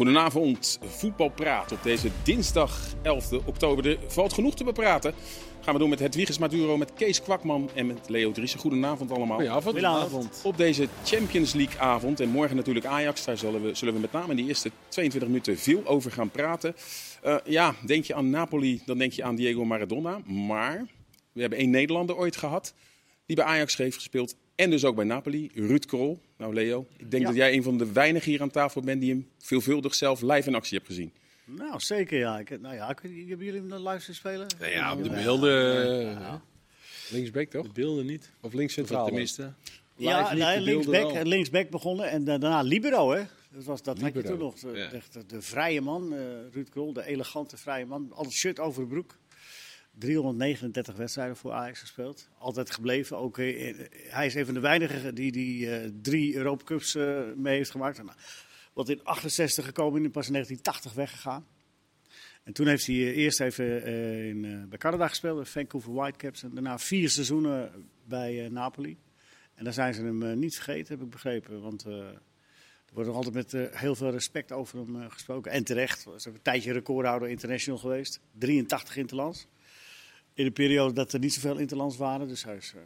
Goedenavond, voetbalpraat op deze dinsdag 11 oktober. Er valt genoeg te bepraten. Gaan we doen met Hedwiges Maduro, met Kees Kwakman en met Leo Driessen. Goedenavond allemaal. Goedenavond. Op deze Champions League avond en morgen natuurlijk Ajax. Daar zullen we met name in die eerste 22 minuten veel over gaan praten. Denk je aan Napoli, dan denk je aan Diego Maradona. Maar we hebben één Nederlander ooit gehad die bij Ajax heeft gespeeld. En dus ook bij Napoli, Ruud Krol. Nou Leo, ik denk dat jij een van de weinigen hier aan tafel bent die hem veelvuldig zelf live in actie hebt gezien. Nou, zeker ja. Hebben jullie hem dan live zien spelen? Ja, op de beelden. Linksback toch? De beelden niet. Of links centraal? Tenminste. Linksback begonnen en daarna libero, hè? Dat had je toen nog. De vrije man, Ruud Krol, de elegante vrije man. Altijd shirt over de broek. 339 wedstrijden voor Ajax gespeeld. Altijd gebleven. Ook, hij is een van de weinigen die 3 Europa Cups mee heeft gemaakt. Wat in 68 gekomen en pas in 1980 weggegaan. En toen heeft hij eerst even bij Canada gespeeld, de Vancouver Whitecaps. En daarna 4 seizoenen bij Napoli. En daar zijn ze hem niet vergeten, heb ik begrepen. Want er wordt nog altijd met heel veel respect over hem gesproken. En terecht. Ze hebben een tijdje recordhouder international geweest. 83 interlands. In een periode dat er niet zoveel interlands waren. Dus hij is...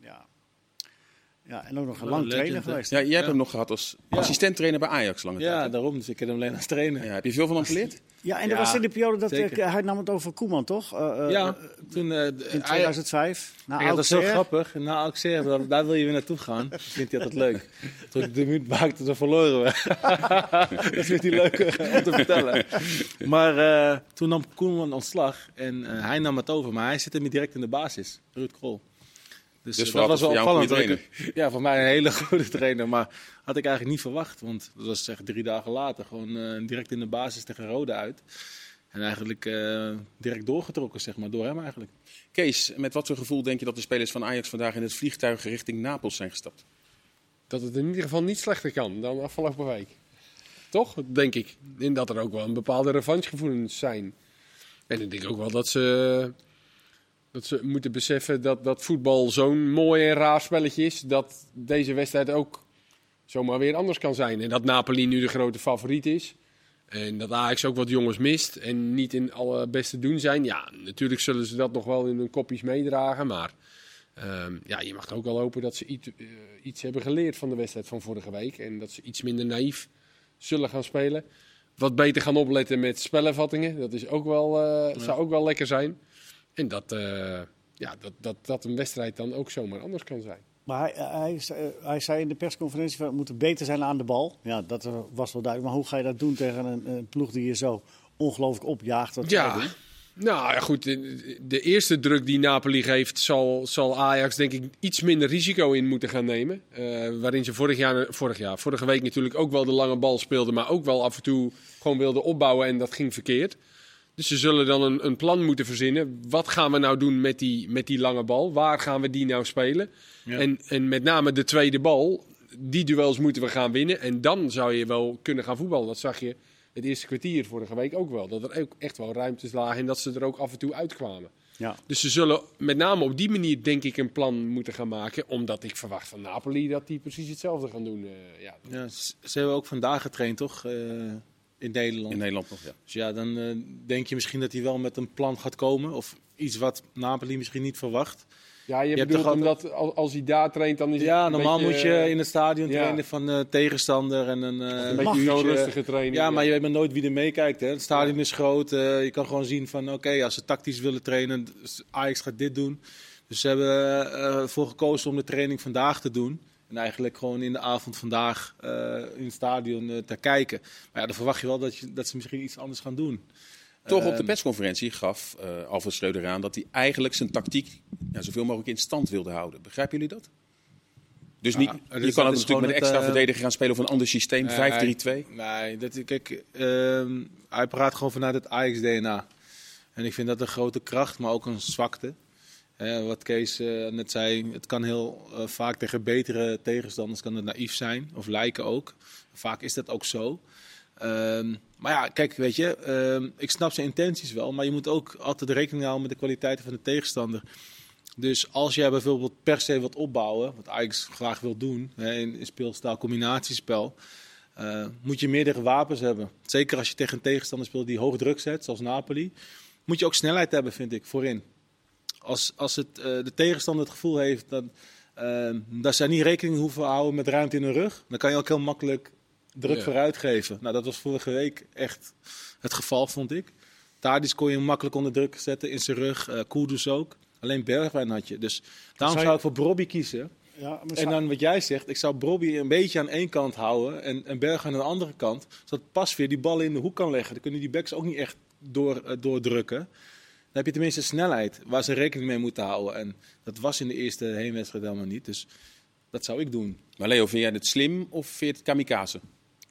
Ja, en ook nog een lang trainer geweest. Ja, jij hebt hem nog gehad als assistent-trainer bij Ajax lange tijd. Ja, daarom. Dus ik heb hem alleen als trainer. Ja, heb je veel van hem geleerd? Ja, en dat was in de periode dat hij nam het over Koeman, toch? Toen in 2005. Dat is zo grappig. Na Auxerre, daar wil je weer naartoe gaan. Dat vindt hij altijd leuk. Toen ik de minuut maakte, ze verloren we. Dat vindt hij leuk om te vertellen. Maar toen nam Koeman ontslag en hij nam het over. Maar hij zit er direct in de basis, Ruud Krol. Dus dat was wel opvallend. Ja, voor mij een hele goede trainer. Maar had ik eigenlijk niet verwacht. Want dat was 3 dagen later. Gewoon direct in de basis tegen Roda uit. En eigenlijk direct doorgetrokken, zeg maar. Door hem eigenlijk. Kees, met wat voor gevoel denk je dat de spelers van Ajax vandaag in het vliegtuig richting Napels zijn gestapt? Dat het in ieder geval niet slechter kan dan afgelopen week. Toch? Denk ik. En dat er ook wel een bepaalde revanchegevoelens zijn. En ik denk ook wel dat ze moeten beseffen dat voetbal zo'n mooi en raar spelletje is. Dat deze wedstrijd ook zomaar weer anders kan zijn. En dat Napoli nu de grote favoriet is. En dat Ajax ook wat jongens mist en niet in alle beste doen zijn. Ja, natuurlijk zullen ze dat nog wel in hun kopjes meedragen. Maar je mag ook wel hopen dat ze iets hebben geleerd van de wedstrijd van vorige week. En dat ze iets minder naïef zullen gaan spelen. Wat beter gaan opletten met spelervattingen. Dat is ook wel, zou ook wel lekker zijn. En dat een wedstrijd dan ook zomaar anders kan zijn. Maar hij zei in de persconferentie we moeten beter zijn aan de bal. Ja, dat was wel duidelijk. Maar hoe ga je dat doen tegen een ploeg die je zo ongelooflijk opjaagt? Nou ja, goed. De eerste druk die Napoli geeft zal Ajax denk ik iets minder risico in moeten gaan nemen. Waarin ze vorige week natuurlijk ook wel de lange bal speelden. Maar ook wel af en toe gewoon wilden opbouwen en dat ging verkeerd. Dus ze zullen dan een plan moeten verzinnen. Wat gaan we nou doen met die lange bal? Waar gaan we die nou spelen? Ja. En met name de tweede bal, die duels moeten we gaan winnen. En dan zou je wel kunnen gaan voetballen. Dat zag je het eerste kwartier vorige week ook wel. Dat er ook echt wel ruimtes lagen en dat ze er ook af en toe uitkwamen. Ja. Dus ze zullen met name op die manier denk ik een plan moeten gaan maken. Omdat ik verwacht van Napoli dat die precies hetzelfde gaan doen. Ze hebben ook vandaag getraind, toch? In Nederland. In Nederland nog, ja. Dus ja, dan denk je misschien dat hij wel met een plan gaat komen. Of iets wat Napoli misschien niet verwacht. Ja, je bedoelt omdat als hij daar traint, dan is het een normaal moet je in het stadion trainen van de tegenstander. En een beetje zo'n rustige training. Ja, maar je weet nooit wie er meekijkt. Het stadion is groot. Je kan gewoon zien van als ze tactisch willen trainen, Ajax gaat dit doen. Dus ze hebben ervoor gekozen om de training vandaag te doen. En eigenlijk gewoon in de avond vandaag in het stadion te kijken. Maar dan verwacht je wel dat ze misschien iets anders gaan doen. Toch op de persconferentie gaf Alfred Schreuder aan dat hij eigenlijk zijn tactiek zoveel mogelijk in stand wilde houden. Begrijpen jullie dat? Dus je kan ook natuurlijk met een extra verdediger gaan spelen of een ander systeem, 5-3-2. Nee, hij praat gewoon vanuit het Ajax-DNA. En ik vind dat een grote kracht, maar ook een zwakte. Wat Kees net zei, het kan heel vaak tegen betere tegenstanders kan het naïef zijn, of lijken ook. Vaak is dat ook zo. Maar ja, kijk, weet je, ik snap zijn intenties wel, maar je moet ook altijd rekening houden met de kwaliteiten van de tegenstander. Dus als jij bijvoorbeeld per se wilt opbouwen, wat Ajax graag wil doen, in speelstijl combinatiespel, moet je meerdere wapens hebben. Zeker als je tegen een tegenstander speelt die hoog druk zet, zoals Napoli. Moet je ook snelheid hebben, vind ik, voorin. Als de tegenstander het gevoel heeft dat zij niet rekening hoeven houden met ruimte in hun rug, dan kan je ook heel makkelijk druk vooruit geven. Nou, dat was vorige week echt het geval, vond ik. Tadic kon je hem makkelijk onder druk zetten in zijn rug. Kudus ook. Alleen Bergwijn had je. Dus daarom zou ik voor Brobbey kiezen. Ja, en dan wat jij zegt, ik zou Brobbey een beetje aan één kant houden en Bergwijn aan de andere kant. Zodat Pasveer die ballen in de hoek kan leggen. Dan kunnen die backs ook niet echt doordrukken. Dan heb je tenminste snelheid waar ze rekening mee moeten houden. En dat was in de eerste heenwedstrijd helemaal niet. Dus dat zou ik doen. Maar Leo, vind jij het slim of vind je het kamikaze?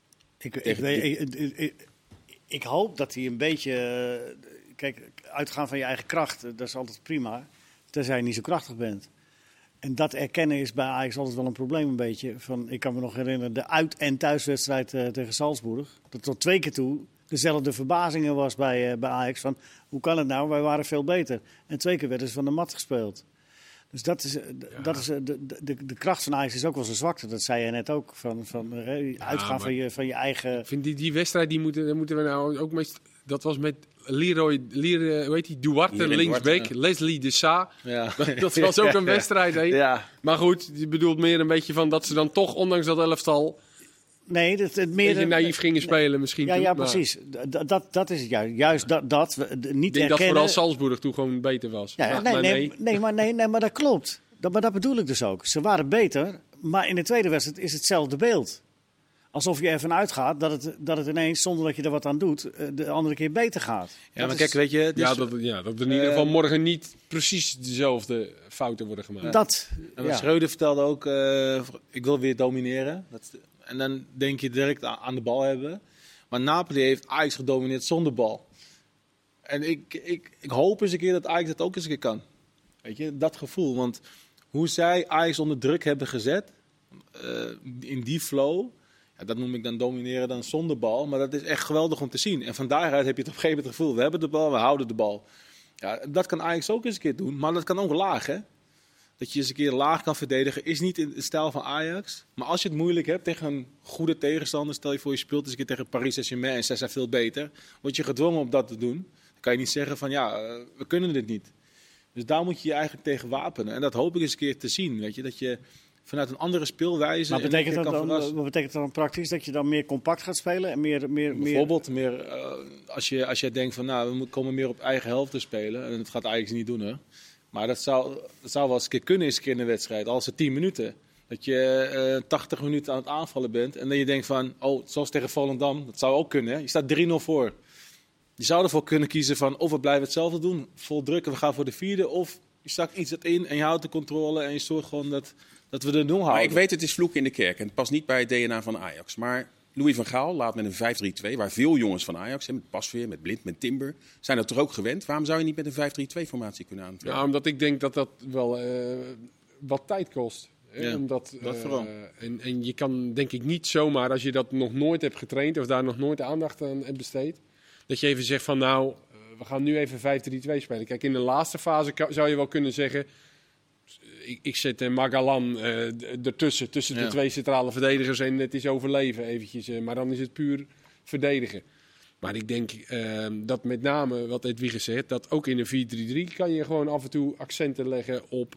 Ik hoop dat hij een beetje... Kijk, uitgaan van je eigen kracht, dat is altijd prima. Tenzij je niet zo krachtig bent. En dat erkennen is bij Ajax altijd wel een probleem een beetje. Ik kan me nog herinneren, de uit- en thuiswedstrijd tegen Salzburg. Dat tot 2 keer toe dezelfde verbazingen was bij Ajax. Van, hoe kan het nou? Wij waren veel beter. En 2 keer werden ze van de mat gespeeld. Dus dat is de kracht van Ajax is ook wel zijn zwakte. Dat zei je net ook. Uitgaan van je eigen... Ik vind die wedstrijd, moeten we nou ook meest... Dat was met Leroy hoe heet die? Duarte, linksback. Leslie de Sa. Ja. Dat was ook een wedstrijd. Ja. Maar goed, je bedoelt meer een beetje van dat ze dan toch, ondanks dat elftal... Nee, het meer... Dat je naïef gingen spelen misschien. Ja, precies. Dat is het juist. Niet ik denk dat vooral Salzburg toen gewoon beter was. Ja, maar dat klopt. Maar dat bedoel ik dus ook. Ze waren beter, maar in de tweede wedstrijd is hetzelfde beeld. Alsof je ervan uitgaat dat het ineens, zonder dat je er wat aan doet, de andere keer beter gaat. Ja, maar kijk, weet je... Dus, dat in ieder geval morgen niet precies dezelfde fouten worden gemaakt. Schreuder vertelde ook, ik wil weer domineren. En dan denk je direct aan de bal hebben. Maar Napoli heeft Ajax gedomineerd zonder bal. En ik hoop eens een keer dat Ajax dat ook eens een keer kan. Weet je, dat gevoel. Want hoe zij Ajax onder druk hebben gezet, in die flow... Ja, dat noem ik dan domineren dan zonder bal. Maar dat is echt geweldig om te zien. En van daaruit heb je het op een gegeven moment het gevoel... we hebben de bal, we houden de bal. Ja, dat kan Ajax ook eens een keer doen. Maar dat kan ook laag, hè. Dat je eens een keer laag kan verdedigen. Is niet in de stijl van Ajax. Maar als je het moeilijk hebt tegen een goede tegenstander... stel je voor je speelt eens een keer tegen Paris Saint-Germain... en zij zijn veel beter. Word je gedwongen om dat te doen. Dan kan je niet zeggen van we kunnen dit niet. Dus daar moet je je eigenlijk tegen wapenen. En dat hoop ik eens een keer te zien. Weet je, dat je... vanuit een andere speelwijze. Maar wat betekent dat dan praktisch? Dat je dan meer compact gaat spelen? En Bijvoorbeeld als je denkt van we komen meer op eigen helft te spelen. En dat gaat Ajax niet doen, hè. Maar dat zou wel eens een keer kunnen in een wedstrijd. Al is het 10 minuten. Dat je 80 minuten aan het aanvallen bent. En dan je denkt van, zoals tegen Volendam. Dat zou ook kunnen, hè. Je staat 3-0 voor. Je zou ervoor kunnen kiezen van, of we blijven hetzelfde doen. Vol drukken, we gaan voor de 4e. Of je stak iets in en je houdt de controle. En je zorgt gewoon dat we de 0 houden. Maar ik weet, het is vloek in de kerk en het past niet bij het DNA van Ajax. Maar Louis van Gaal laat met een 5-3-2, waar veel jongens van Ajax, met Pasveer, met Blind, met Timber, zijn dat toch ook gewend. Waarom zou je niet met een 5-3-2-formatie kunnen aantrekken? Ja, omdat ik denk dat wel wat tijd kost. Ja, omdat, dat vooral. En je kan denk ik niet zomaar, als je dat nog nooit hebt getraind of daar nog nooit aandacht aan hebt besteed, dat je even zegt van we gaan nu even 5-3-2 spelen. Kijk, in de laatste fase zou je wel kunnen zeggen... Ik zet Magalan ertussen, tussen de 2 centrale verdedigers en het is overleven eventjes. Maar dan is het puur verdedigen. Maar ik denk dat met name, wat Edwige zegt, dat ook in een 4-3-3 kan je gewoon af en toe accenten leggen op...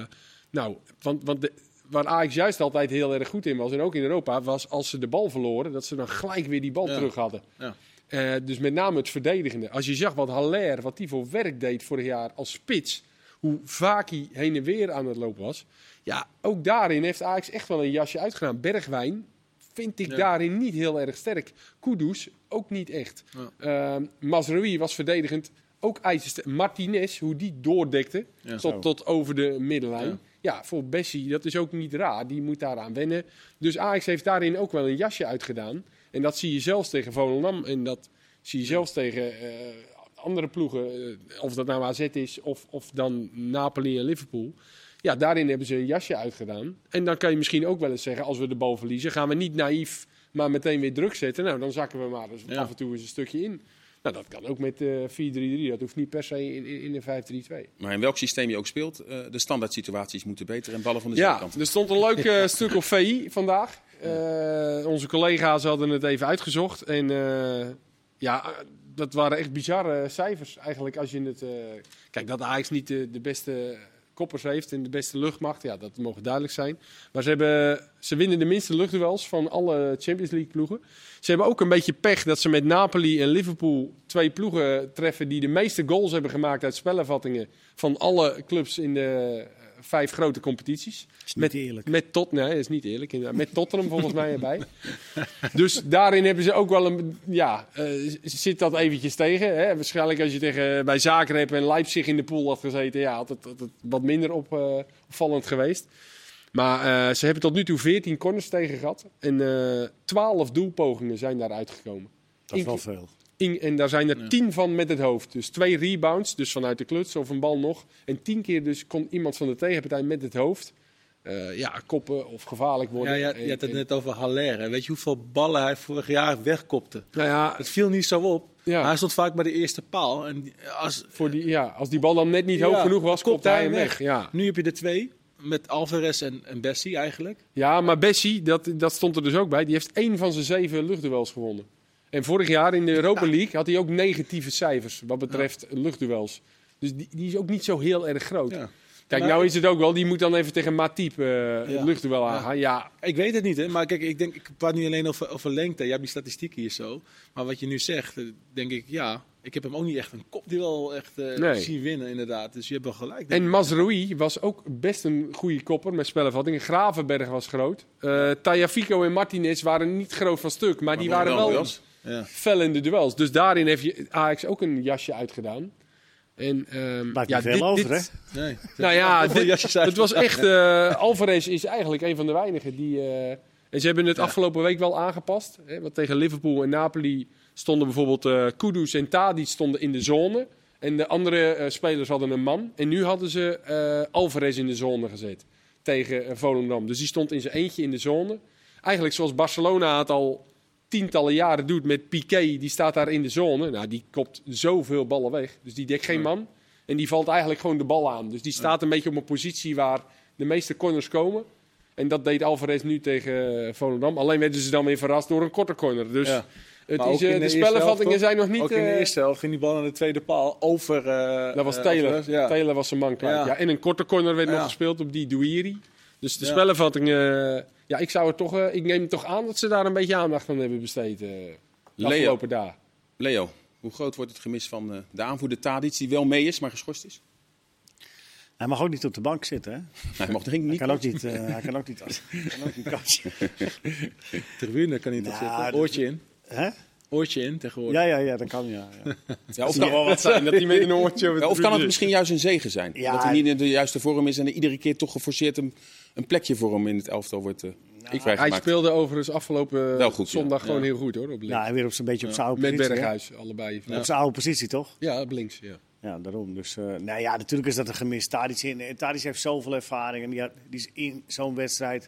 waar Ajax juist altijd heel erg goed in was, en ook in Europa, was als ze de bal verloren, dat ze dan gelijk weer die bal terug hadden. Ja. Dus met name het verdedigende. Als je zag wat die voor werk deed vorig jaar als spits... hoe vaak hij heen en weer aan het lopen was. Ja, ook daarin heeft Ajax echt wel een jasje uitgedaan. Bergwijn vind ik daarin niet heel erg sterk. Kudus ook niet echt. Ja. Mazraoui was verdedigend ook ijzersterk. Martinez, hoe die doordekte tot over de middenlijn. Ja, voor Bessie, dat is ook niet raar. Die moet daaraan wennen. Dus Ajax heeft daarin ook wel een jasje uitgedaan. En dat zie je zelfs tegen Volendam. En dat zie je zelfs tegen... andere ploegen, of dat nou AZ is of dan Napoli en Liverpool. Ja, daarin hebben ze een jasje uitgedaan. En dan kan je misschien ook wel eens zeggen, als we de bal verliezen, gaan we niet naïef, maar meteen weer druk zetten. Nou, dan zakken we maar af en toe eens een stukje in. Nou, dat kan ook met 4-3-3. Dat hoeft niet per se in een 5-3-2. Maar in welk systeem je ook speelt, de standaard situaties moeten beter en ballen van de zijkant. Ja, er stond een leuk stuk op VI vandaag. Onze collega's hadden het even uitgezocht. En dat waren echt bizarre cijfers eigenlijk. Als je het, kijk, dat Ajax niet de beste koppers heeft en de beste luchtmacht. Ja, dat mogen duidelijk zijn. Maar ze winnen de minste luchtduels van alle Champions League ploegen. Ze hebben ook een beetje pech dat ze met Napoli en Liverpool 2 ploegen treffen die de meeste goals hebben gemaakt uit spelervattingen van alle clubs in de 5 grote competities. Is niet eerlijk. Met Tottenham, nee, is niet eerlijk. Met Tottenham volgens mij erbij. Dus daarin hebben ze ook wel zit dat eventjes tegen. Hè? Waarschijnlijk als je bij Zagreb en Leipzig in de pool had gezeten, had het wat minder opvallend geweest. Maar ze hebben tot nu toe 14 corners tegen gehad. En 12 doelpogingen zijn daaruit gekomen. Dat is wel veel. En daar zijn er 10 van met het hoofd. Dus 2 rebounds, dus vanuit de kluts of een bal nog. En 10 keer dus kon iemand van de tegenpartij met het hoofd koppen of gevaarlijk worden. Ja, je had het net over Haller. Weet je hoeveel ballen hij vorig jaar wegkopte? Nou ja, het viel niet zo op. Ja. Hij stond vaak bij de eerste paal. En als die bal dan net niet hoog genoeg was, kopte hij hem weg. Ja. Nu heb je de 2. Met Alvarez en Bessie eigenlijk. Ja, maar Bessie, dat stond er dus ook bij. Die heeft 1 van zijn 7 luchtduels gewonnen. En vorig jaar in de Europa League had hij ook negatieve cijfers wat betreft luchtduels. Dus die is ook niet zo heel erg groot. Ja. Kijk, nou is het ook wel, die moet dan even tegen Matip luchtduel aangaan. Ja. Ik weet het niet, hè. Maar kijk, ik praat niet alleen over lengte. Je hebt die statistieken hier zo. Maar wat je nu zegt, denk ik, ik heb hem ook niet echt een kopduel zien winnen, inderdaad. Dus je hebt wel gelijk. En Mazraoui was ook best een goede kopper met spelervattingen. Gravenberg was groot. Tagliafico en Martinez waren niet groot van stuk, maar die waren wel fel in de duels. Dus daarin heeft je Ajax ook een jasje uitgedaan. En, maakt niet veel over, hè? Nee. Nou ja, het was echt... Alvarez is eigenlijk een van de weinigen die... en ze hebben het afgelopen week wel aangepast. Hè, want tegen Liverpool en Napoli stonden bijvoorbeeld Kudus en Tadic stonden in de zone. En de andere spelers hadden een man. En nu hadden ze Alvarez in de zone gezet tegen Volendam. Dus die stond in zijn eentje in de zone. Eigenlijk zoals Barcelona het al tientallen jaren doet met Piqué. Die staat daar in de zone. Nou, die kopt zoveel ballen weg. Dus die dekt geen man. En die valt eigenlijk gewoon de bal aan. Dus die staat een beetje op een positie waar de meeste corners komen. En dat deed Alvarez nu tegen Volendam. Alleen werden ze dan weer verrast door een korte corner. Dus de spellenvattingen zijn nog niet... Ook in de eerste helft ging die bal aan de tweede paal over... dat was Taylor. Taylor was zijn man kwijt. Ja. En een korte corner werd nog gespeeld op die Douiri. Dus de spellenvattingen... ik neem toch aan dat ze daar een beetje aandacht aan hebben besteed de afgelopen dagen. Leo, hoe groot wordt het gemis van de aanvoerder Tadic, die wel mee is, maar geschorst is? Hij mag ook niet op de bank zitten, hè? Hij mag niet. Hij kan ook niet coachen. Tribune kan niet op zitten. Oortje in. Hè? Oortje in tegenwoordig. Ja, dat kan ja. Of kan wel wat zijn dat hij met een oortje... of kan het misschien juist een zegen zijn? Ja, dat hij niet in de juiste vorm is en er iedere keer toch geforceerd een plekje voor hem in het elftal wordt hij speelde overigens afgelopen zondag gewoon heel goed, hoor. Op links. Ja, en weer op zijn beetje op zijn oude positie. Met Berghuis, allebei. Op zijn oude positie, toch? Ja, op links, Ja, daarom. Dus natuurlijk is dat een gemis. Tadic heeft zoveel ervaring en die is in zo'n wedstrijd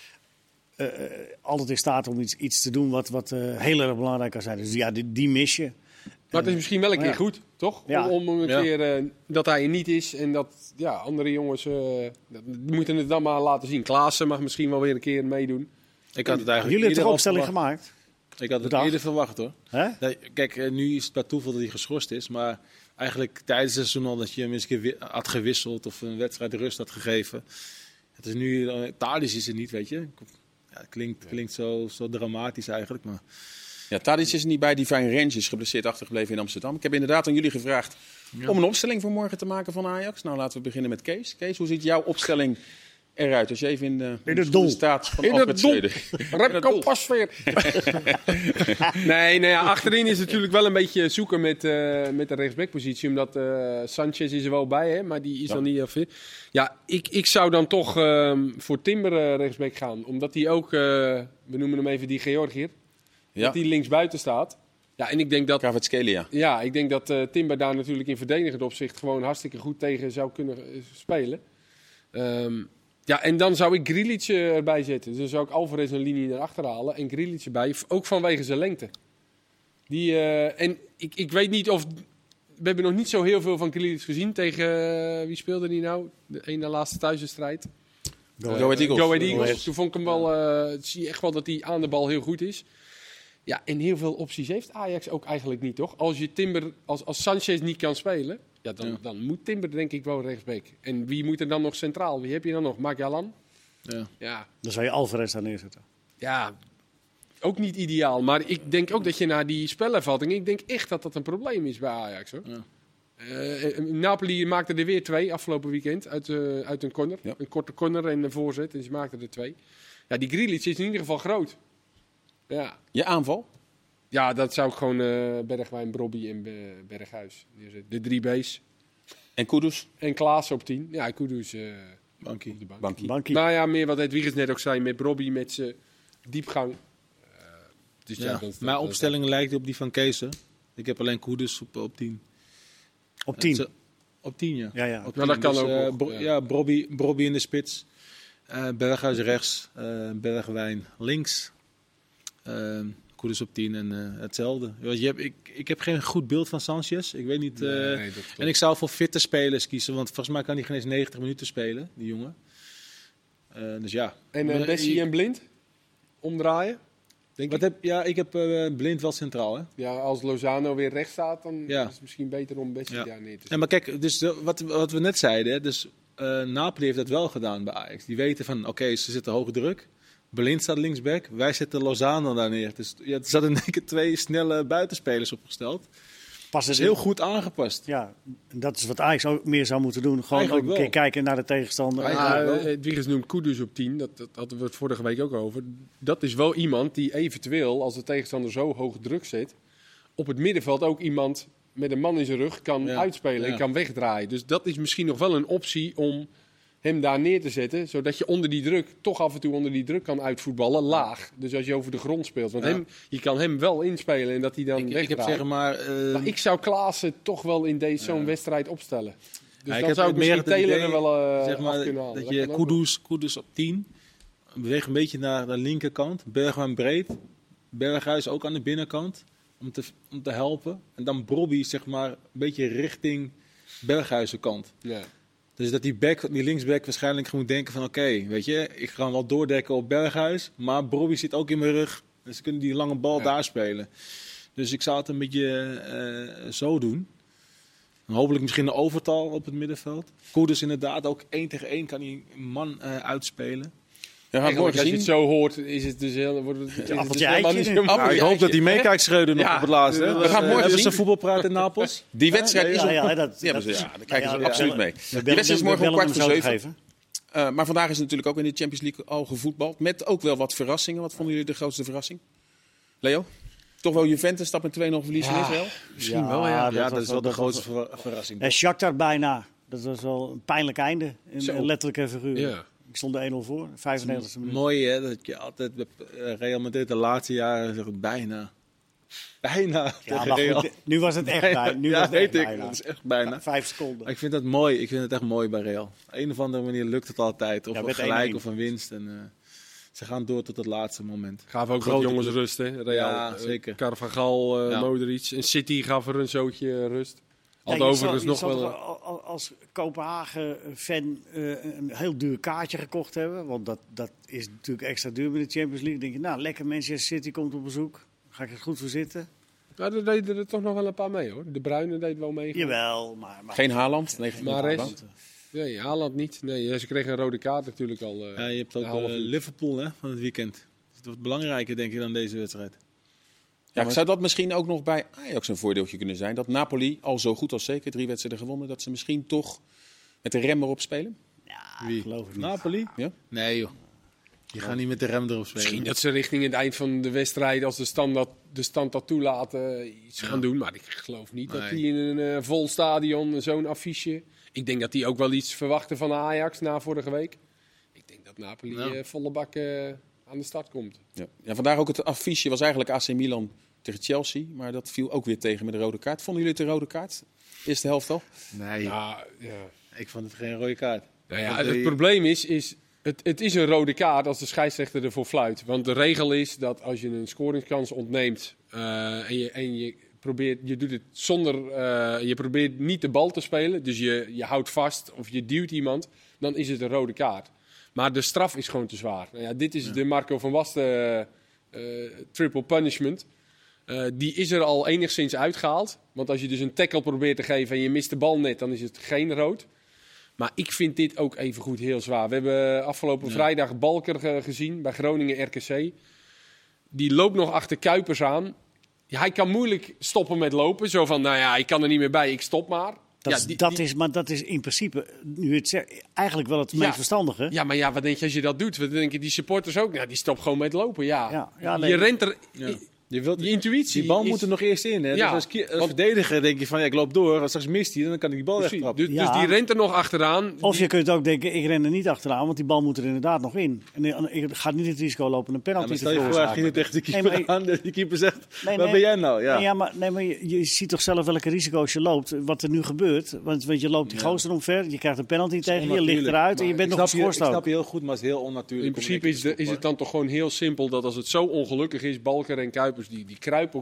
altijd in staat om iets te doen wat heel erg belangrijk kan zijn. Dus ja, die mis je. Maar het is misschien wel een keer goed, toch? Ja. Om een keer dat hij er niet is en dat andere jongens die moeten het dan maar laten zien. Klaassen mag misschien wel weer een keer meedoen. Ik had het eigenlijk jullie hebben toch opstelling gemaakt? Ik had het eerder verwacht, hoor. Hè? Kijk, nu is het bij toeval dat hij geschorst is, maar eigenlijk tijdens het seizoen al dat je hem eens een keer had gewisseld of een wedstrijd rust had gegeven. Het is nu, Tadic is er niet, weet je. Ja, het klinkt zo dramatisch eigenlijk, maar... Ja, Tadic is er niet bij. Divine Range is geblesseerd achtergebleven in Amsterdam. Ik heb inderdaad aan jullie gevraagd om een opstelling voor morgen te maken van Ajax. Nou, laten we beginnen met Kees. Kees, hoe ziet jouw opstelling eruit als je even in de doel staat van in Alfred Schreuder? Remco Pasveer. Nee, achterin is natuurlijk wel een beetje zoeken met de rechtsbackpositie. Omdat Sanchez is er wel bij, hè, maar die is dan niet heel fit. Ja, ik zou dan toch voor Timber rechtsback gaan. Omdat hij ook, we noemen hem even die Georgiër. Dat hij linksbuiten staat. Ja, en ik denk dat... Kvaratskhelia. Ja, ik denk dat Timber daar natuurlijk in verdedigend opzicht gewoon hartstikke goed tegen zou kunnen spelen. En dan zou ik Grilic erbij zetten. Dus dan zou ik Alvarez een linie naar achter halen en Grilic erbij. Ook vanwege zijn lengte. En ik weet niet of... We hebben nog niet zo heel veel van Grilic gezien tegen... wie speelde die nou? De ene laatste thuiswedstrijd. Go Ahead Eagles. Go Ahead Eagles. Toen vond ik hem wel, zie je echt wel dat hij aan de bal heel goed is. Ja, en heel veel opties heeft Ajax ook eigenlijk niet, toch? Als je Timber, als Sanchez niet kan spelen, dan moet Timber denk ik wel rechtsback. En wie moet er dan nog centraal? Wie heb je dan nog? Magalan? Ja. Dan zou je Alvarez daar neerzetten. Ja, ook niet ideaal. Maar ik denk ook dat je naar die spelervatting... Ik denk echt dat dat een probleem is bij Ajax, hoor. Ja. Napoli maakte er weer 2 afgelopen weekend uit een corner. Ja. Een korte corner en een voorzet. En ze maakten er 2. Ja, die Grealish is in ieder geval groot. Ja. Je aanval? Ja, dat zou ik gewoon Bergwijn, Brobby en Berghuis neerzetten. De 3 B's. En Kudus? En Klaas op 10. Ja, Kudus Bankie. op de Bankie. Nou ja, meer wat Hedwiges net ook zei met Brobby met zijn diepgang. Dus mijn opstelling lijkt op die van Kees. Ik heb alleen Kudus op 10. Op 10? Op 10, ja. Ja. Maar dat kan ook. Brobby in de spits. Berghuis rechts. Bergwijn links. Kudus op 10 en hetzelfde. Ik heb geen goed beeld van Sanchez. Ik weet niet. En ik zou voor fitte spelers kiezen. Want volgens mij kan hij geen eens 90 minuten spelen, die jongen. Dus ja. En Bessie en Blind? Omdraaien? Ik heb Blind wel centraal. Hè? Ja, als Lozano weer rechts staat, dan is het misschien beter om Bessie daar neer te zetten. Ja, maar kijk, dus wat we net zeiden. Hè, dus Napoli heeft dat wel gedaan bij Ajax. Die weten van, oké, ze zitten hoge druk. Blind staat linksback. Wij zetten Lozano daar neer. Dus er zaten in één keer 2 snelle buitenspelers opgesteld. Dat is heel goed aangepast. Ja, dat is wat Ajax ook meer zou moeten doen. Gewoon ook een keer kijken naar de tegenstander. Wiegers noemt Kudus op 10. Dat hadden we het vorige week ook over. Dat is wel iemand die eventueel, als de tegenstander zo hoog druk zet, op het middenveld ook iemand met een man in zijn rug kan uitspelen en kan wegdraaien. Dus dat is misschien nog wel een optie om hem daar neer te zetten, zodat je onder die druk, toch af en toe onder die druk kan uitvoetballen, laag. Dus als je over de grond speelt. Want je kan hem wel inspelen en dat hij dan wegdraait. Ik heb zeg maar ik zou Klaassen toch nog wel in zo'n wedstrijd opstellen. Dus dan zou ik meer misschien Taylor er wel zeg maar, af kunnen halen. Dat je Kudus op 10, beweeg een beetje naar de linkerkant, Bergwijn breed, Berghuis ook aan de binnenkant, om te helpen. En dan Brobby zeg maar een beetje richting Berghuizen kant. Ja. Dus dat die linksback waarschijnlijk gewoon denken van oké, weet je, ik ga wel doordekken op Berghuis, maar Brobby zit ook in mijn rug. Dus ze kunnen die lange bal daar spelen. Dus ik zou het een beetje zo doen. En hopelijk misschien een overtal op het middenveld. Kudus inderdaad, ook 1 tegen 1 kan hij een man uitspelen. Ja, als je het zo hoort, is het dus heel... Ik hoop dat hij meekijkt Schreuder nog op het laatste. We gaan morgen zien. Een voetbalpraat in Napels. Die wedstrijd is daar kijken ze absoluut mee. Die wedstrijd is morgen om 6:15. Maar vandaag is natuurlijk ook in de Champions League al gevoetbald. Met ook wel wat verrassingen. Wat vonden jullie de grootste verrassing? Leo? Toch wel Juventus stap met 2-0 verliezen in Israël? Misschien wel, ja. Ja, dat is wel de grootste verrassing. En Shakhtar bijna. Dat was wel een pijnlijk einde. In letterlijke figuur. Ja. Ik stond er 1-0 voor, 95e minuut. Mooi hè, dat je altijd Real Madrid de laatste jaren zegt bijna. Bijna. Ja, maar goed, nu was het echt bijna. Nu was het echt bijna. Dat is echt bijna. Ja, 5 seconden. Maar ik vind dat mooi. Ik vind het echt mooi bij Real. Op een of andere manier lukt het altijd. Of gelijk 1-1. Of een winst. En, ze gaan door tot het laatste moment. Gaven ook wat jongens rust, hè? Real. Ja, zeker. Carvajal, Modric. En City gaf er een zootje rust. Overigens nog wel als Kopenhagen-fan een heel duur kaartje gekocht hebben. Want dat is natuurlijk extra duur bij de Champions League. Dan denk je, nou lekker, Manchester City komt op bezoek. Ga ik er goed voor zitten. Nou, er deden er toch nog wel een paar mee hoor. De Bruyne deed wel mee. Jawel, maar geen Haaland. Nee, Haaland niet. Nee, ze kregen een rode kaart natuurlijk al. Ja, je hebt ook Liverpool hè, van het weekend. Dat wordt belangrijker denk ik dan deze wedstrijd. Ja, zou dat misschien ook nog bij Ajax een voordeeltje kunnen zijn? Dat Napoli al zo goed als zeker 3 wedstrijden gewonnen, dat ze misschien toch met de rem erop spelen? Ja, wie? Geloof ik niet. Napoli? Ja? Nee joh. Je gaat niet met de rem erop spelen. Misschien dat ze richting het eind van de wedstrijd, als de stand dat toelaten, iets gaan doen. Maar ik geloof niet dat die in een vol stadion zo'n affiche... Ik denk dat die ook wel iets verwachten van Ajax na vorige week. Ik denk dat Napoli volle bak aan de start komt. Ja, vandaag ook het affiche was eigenlijk AC Milan tegen Chelsea. Maar dat viel ook weer tegen met de rode kaart. Vonden jullie het een rode kaart? Eerste helft al? Nee, ik vond het geen rode kaart. Nou ja, het probleem is het is een rode kaart als de scheidsrechter ervoor fluit. Want de regel is dat als je een scoringskans ontneemt en je doet het zonder, je probeert niet de bal te spelen. Dus je houdt vast of je duwt iemand, dan is het een rode kaart. Maar de straf is gewoon te zwaar. Nou ja, dit is de Marco van Basten triple punishment. Die is er al enigszins uitgehaald. Want als je dus een tackle probeert te geven en je mist de bal net, dan is het geen rood. Maar ik vind dit ook evengoed heel zwaar. We hebben afgelopen vrijdag Balker gezien bij Groningen RKC. Die loopt nog achter Kuipers aan. Ja, hij kan moeilijk stoppen met lopen. Zo van, nou ja, ik kan er niet meer bij, ik stop maar. Maar dat is in principe, nu het zegt, eigenlijk wel het meest verstandige. Ja, maar ja, wat denk je als je dat doet? Wat denken die supporters ook? Ja, die stopt gewoon met lopen, Je rent er... Ja. Je wilt, je intuïtie. Die bal moet er nog eerst in. Hè? Ja, dus als verdediger denk je van, ik loop door. Als straks mist hij, dan kan ik die bal wegtrappen. Dus die rent er nog achteraan. Of je kunt ook denken, ik ren er niet achteraan, want die bal moet er inderdaad nog in. En ik ga niet het risico lopen een penalty te veroorzaken. Stel je voor, je tegen de keeper aan. De keeper zegt, waar ben jij nou? Ja, maar je ziet toch zelf welke risico's je loopt. Wat er nu gebeurt. Want je loopt die gozer omver, je krijgt een penalty tegen je, ligt eruit en je bent nog geschorst ook. Ik snap je heel goed, maar het is heel onnatuurlijk. In principe is het dan toch gewoon heel simpel dat als het zo ongelukkig is, Balker en Kuipers, die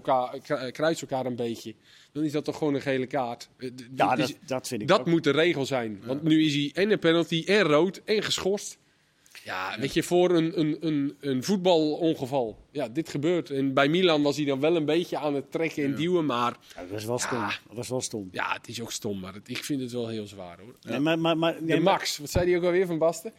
kruisen elkaar een beetje. Dan is dat toch gewoon een gele kaart. Dat vind ik dat ook. moet de regel zijn. Want nu is hij en een penalty, en rood, en geschorst. Ja, weet je, voor een voetbalongeval. Ja, dit gebeurt. En bij Milan was hij dan wel een beetje aan het trekken en duwen, maar... Ja, dat was wel stom. Ja, het is ook stom, maar ik vind het wel heel zwaar, hoor. Ja. Nee, Max, wat zei hij ook alweer van Basten?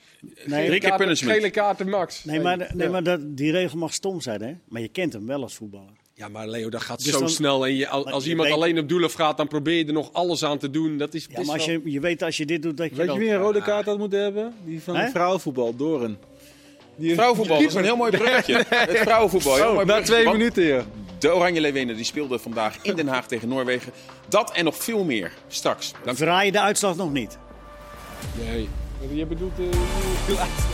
Gele kaart en Max. Maar die regel mag stom zijn, hè? Maar je kent hem wel als voetballer. Ja, maar Leo, dat gaat dus zo dan, snel. En als iemand alleen op doel afgaat, dan probeer je er nog alles aan te doen. Dat is, ja, maar je weet als je dit doet, dat je... Weet je wie een rode kaart had moeten hebben? Die van het vrouwenvoetbal, Doren. Vrouwenvoetbal, dat is een heel mooi bruggetje. Het vrouwenvoetbal. Na 2 minuten, ja. De Oranje Leeuwinnen die speelden vandaag in Den Haag tegen Noorwegen. Dat en nog veel meer straks. Verraai je de uitslag nog niet? Nee. Je bedoelt de laatste.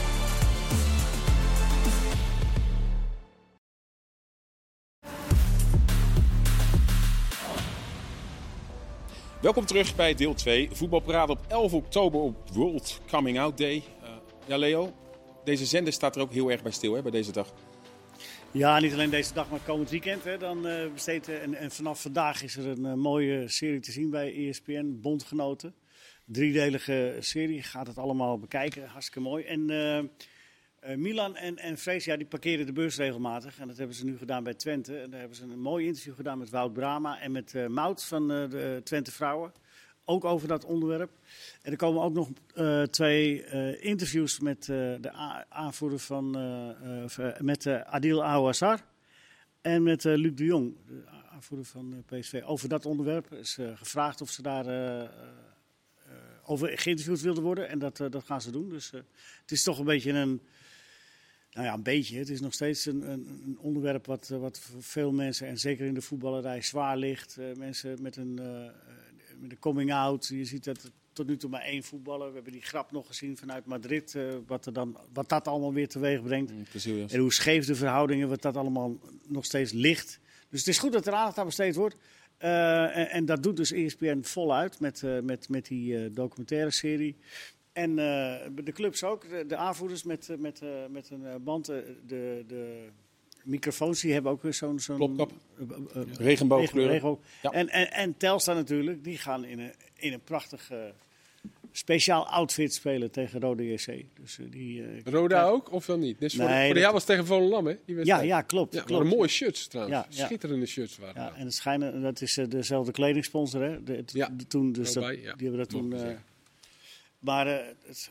Welkom terug bij deel 2. Voetbalpraat op 11 oktober op World Coming Out Day. Ja, Leo, deze zender staat er ook heel erg bij stil, hè, bij deze dag. Ja, niet alleen deze dag, maar komend weekend. Hè, dan besteedt en vanaf vandaag is er een mooie serie te zien bij ESPN, Bondgenoten. 3-delige serie, gaat het allemaal bekijken, hartstikke mooi. En Milan en Freesia die parkeren de bus regelmatig. En dat hebben ze nu gedaan bij Twente. En daar hebben ze een mooi interview gedaan met Wout Brama en met Maud van de Twente Vrouwen. Ook over dat onderwerp. En er komen ook nog 2 interviews met de aanvoerder van met Adil Aouassar en met Luc de Jong, de aanvoerder van PSV. Over dat onderwerp is gevraagd of ze daar over geïnterviewd wilden worden. En dat gaan ze doen. Dus het is toch een beetje een... Nou ja, een beetje. Het is nog steeds een onderwerp wat voor veel mensen, en zeker in de voetballerij, zwaar ligt. Mensen met een coming-out. Je ziet dat tot nu toe maar 1 voetballer. We hebben die grap nog gezien vanuit Madrid. Wat dat allemaal weer teweeg brengt. En hoe scheef de verhoudingen, wat dat allemaal nog steeds ligt. Dus het is goed dat er aandacht aan besteed wordt. En dat doet dus ESPN voluit met die documentaire serie. En de clubs ook, de aanvoerders met een band, de microfoons, die hebben ook zo'n Plopkap. Regenboogkleuren. Ja. En Telstar natuurlijk, die gaan in een prachtig speciaal outfit spelen tegen Rode JC. Dus, Roda ook, of wel niet? Dus nee, voor de jaar was het tegen Volendam, hè? Ja, klopt. Ja, klopt. Mooie shirts trouwens. Ja. Schitterende shirts waren. Ja, en het schijnen, dat is dezelfde kledingsponsor, hè? Toen, dus die hebben dat toen... Maar het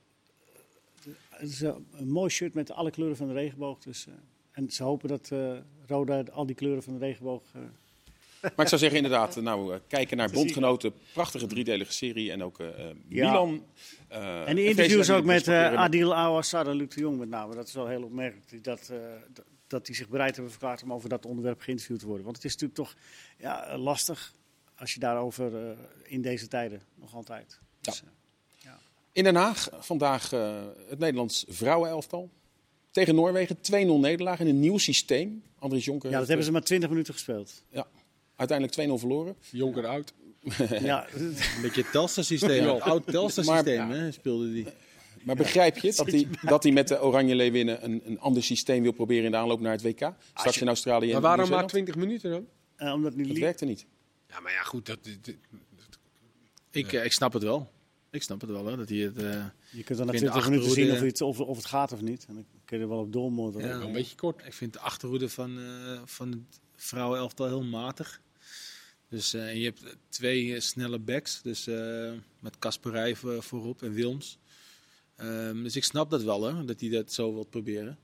is een mooi shirt met alle kleuren van de regenboog. Dus, en ze hopen dat Roda al die kleuren van de regenboog... Maar ik zou zeggen inderdaad, kijken naar Bondgenoten. Prachtige 3-delige serie. En ook Milan. En die interviews ook met Adil Aouassar en Luc de Jong met name. Dat is wel heel opmerkelijk. Dat die zich bereid hebben verklaard om over dat onderwerp geïnterviewd te worden. Want het is natuurlijk toch lastig als je daarover in deze tijden nog altijd... Dus, in Den Haag vandaag het Nederlands vrouwenelftal. Tegen Noorwegen 2-0 nederlaag in een nieuw systeem. Andries Jonker. Ja, dat hebben ze maar 20 minuten gespeeld. Ja, uiteindelijk 2-0 verloren. Jonker oud. Ja. Een beetje het Telstar-systeem. Ja. Oud Telstar-systeem speelde die. Maar begrijp je dat hij met de Oranje Leeuwinnen een ander systeem wil proberen in de aanloop naar het WK? Straks in Australië. Maar waarom maar 20 minuten dan? Omdat dat werkte niet. Ja, maar ja, goed. Ik snap het wel. Ik snap het wel, hè, dat hij het... Je kunt dan na Ik vind 20 de minuten zien of het gaat of niet. En dan kun je er wel op doormodderen. Ja. Een beetje kort. Ik vind de achterhoede van het vrouwenelftal heel matig. Dus en je hebt 2 snelle backs, dus met Kasperij voorop en Wilms. Dus ik snap dat wel, hè, dat hij dat zo wil proberen.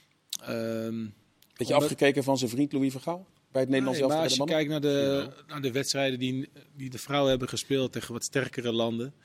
Beetje afgekeken van zijn vriend Louis van Gaal? Bij het Nederlands Nee, elftal maar bij als de je mannen? kijkt naar de wedstrijden die de vrouwen hebben gespeeld tegen wat sterkere landen.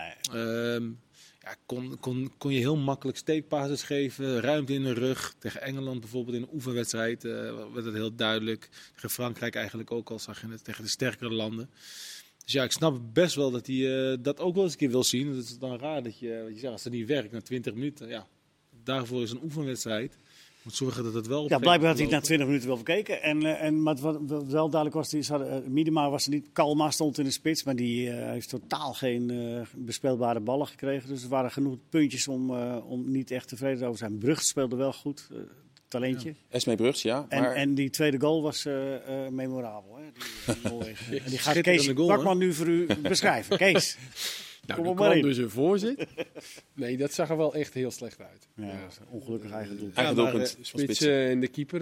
Nee. Kon je heel makkelijk steekpasses geven, ruimte in de rug. Tegen Engeland bijvoorbeeld in een oefenwedstrijd werd het heel duidelijk. Tegen Frankrijk eigenlijk ook al, zag je het, tegen de sterkere landen. Dus ja, ik snap best wel dat hij dat ook wel eens een keer wil zien. Dat is dan raar dat je zegt, als het niet werkt na 20 minuten. Ja, daarvoor is een oefenwedstrijd. Moet zorgen dat het wel... Ja, blijkbaar had hij het na 20 minuten wel bekeken. Maar wat wel duidelijk was, Miedema was er niet. Kalma stond in de spits, maar die heeft totaal geen bespeelbare ballen gekregen. Dus er waren genoeg puntjes om niet echt tevreden over te zijn. Brugge speelde wel goed, talentje. Ja. Esmee Brugs, ja. Maar... En die tweede goal was memorabel. Hè? Die Noorwegen. En die gaat Schitterende Kees goal, Kwakman nu voor u beschrijven. Kees. Nou, Kom er op maar kwam in. dus een voorzit. Nee, dat zag er wel echt heel slecht uit. Ja, dat is een ongelukkig eigen doel. Eigen maar, doelpunt van Spits Spits. en de keeper,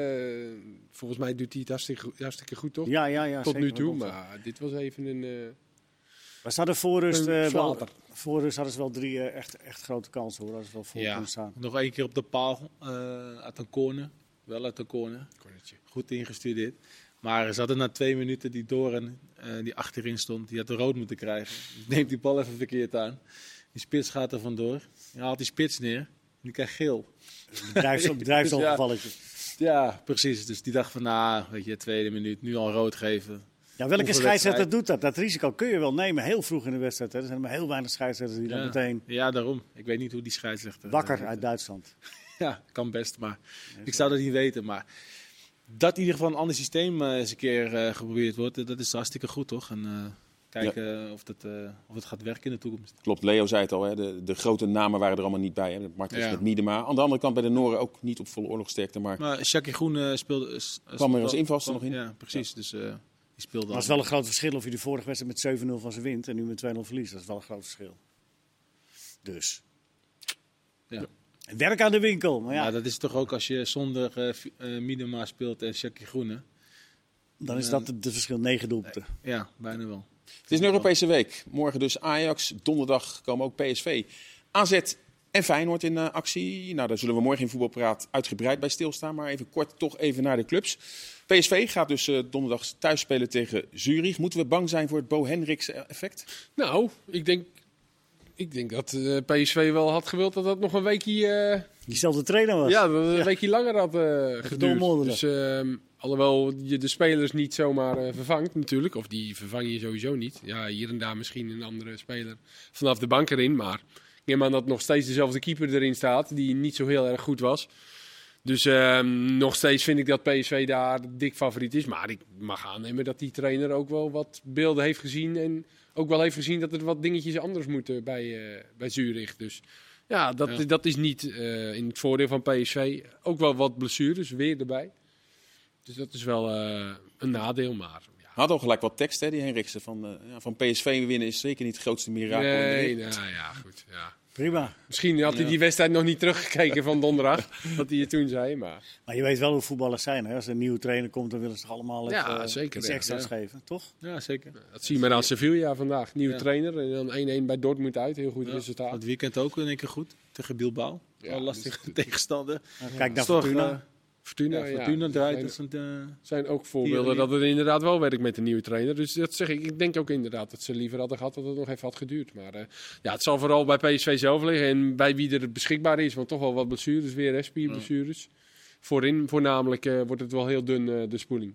volgens mij doet hij het hartstikke goed, toch? Ja, Tot zeker. nu toe, maar dit was even een Maar ze hadden voor rust, een flater. hadden ze wel 3 echt grote kansen hoor. Hadden ze wel voor kunnen staan. nog 1 keer op de paal uit een corner. Wel uit de corner. Korretje. Goed ingestudeerd. Maar ze hadden na 2 minuten die Doren, die achterin stond, die had de rood moeten krijgen. Neemt die bal even verkeerd aan. Die spits gaat er vandoor. Hij haalt die spits neer. En die krijgt geel. Bedrijfsongevalletje. Ja, precies. Dus die dacht van, weet je, 2e minuut, nu al rood geven. Ja, welke Oefenwedstrijd. scheidsrechter doet dat? Dat risico kun je wel nemen heel vroeg in de wedstrijd. Hè. Er zijn maar heel weinig scheidsrechters die dan meteen Ja, daarom. Ik weet niet hoe die scheidsrechter... wakker uit Duitsland. Ja, kan best, maar ik zou dat niet weten. Maar dat in ieder geval een ander systeem eens een keer geprobeerd wordt, dat is hartstikke goed, toch? En kijken of het gaat werken in de toekomst. Klopt, Leo zei het al, hè, de grote namen waren er allemaal niet bij. Hè. Martens Ja. met Miedema. Aan de andere kant bij de Noren ook niet op volle oorlogsterkte, maar Maar Shaki Groen speelde... kwam er als invalster nog in. Ja, precies. Dus die speelde Maar het is wel een groot verschil of je de vorige wedstrijd met 7-0 van ze wint en nu met 2-0 verliest. Dat is wel een groot verschil. Dus. Ja. Werk aan de winkel. Maar ja, Ja, dat is toch ook als je zonder Miedema speelt en Shaki Groen, hè? dan is dat het verschil 9 doelpunten. Ja, bijna wel. Het is een Europese week. Morgen dus Ajax. Donderdag komen ook PSV. AZ en Feyenoord in actie. Nou, daar zullen we morgen in Voetbalpraat uitgebreid bij stilstaan. Maar even kort toch even naar de clubs. PSV gaat dus donderdag thuis spelen tegen Zurich. Moeten we bang zijn voor het Bo Hendricks effect? Nou, ik denk dat PSV wel had gewild dat dat nog een weekje... Diezelfde trainer was. Ja, dat het een weekje langer had geduurd. doormodderen. Dus alhoewel je de spelers niet zomaar vervangt natuurlijk. Of die vervang je sowieso niet. Ja, hier en daar misschien een andere speler vanaf de bank erin. Maar ik neem aan dat nog steeds dezelfde keeper erin staat. Die niet zo heel erg goed was. Dus nog steeds vind ik dat PSV daar dik favoriet is. Maar ik mag aannemen dat die trainer ook wel wat beelden heeft gezien. En ook wel heeft gezien dat er wat dingetjes anders moeten bij Zurich. Dus ja, dat is niet in het voordeel van PSV. Ook wel wat blessures weer erbij. Dus dat is wel een nadeel. Maar ja. Had al gelijk wat tekst, hè, die Hendriksen. Van PSV winnen is zeker niet het grootste mirakel in de Nee, wereld. nou ja, goed. Ja. Prima. Misschien had hij die wedstrijd nog niet teruggekeken van donderdag. Wat hij je toen zei, maar... Maar je weet wel hoe voetballers zijn. Hè? Als er een nieuwe trainer komt, dan willen ze toch allemaal Ja, even, zeker, iets ja. extra's Ja. geven, toch? Ja, zeker. Dat zie je maar aan Sevilla vandaag. Nieuwe Ja. trainer en dan 1-1 bij Dortmund uit. Heel goed Ja, resultaat. het weekend ook in één keer goed. Tegen Bilbao. Ja, Al lastige dus- tegenstander. Nou, kijk naar Is toch, Fortuna. Fortuna, ja, Fortuna draait. zijn, Dus zijn ook voorbeelden dat het inderdaad wel werkt met de nieuwe trainer. Dus dat zeg ik. Ik denk ook inderdaad dat ze liever hadden gehad dat het nog even had geduurd. Maar ja, het zal vooral bij PSV zelf liggen en bij wie er beschikbaar is. Want toch wel wat blessures weer, hè, spierblessures. Voorin voornamelijk wordt het wel heel dun, de spoeling.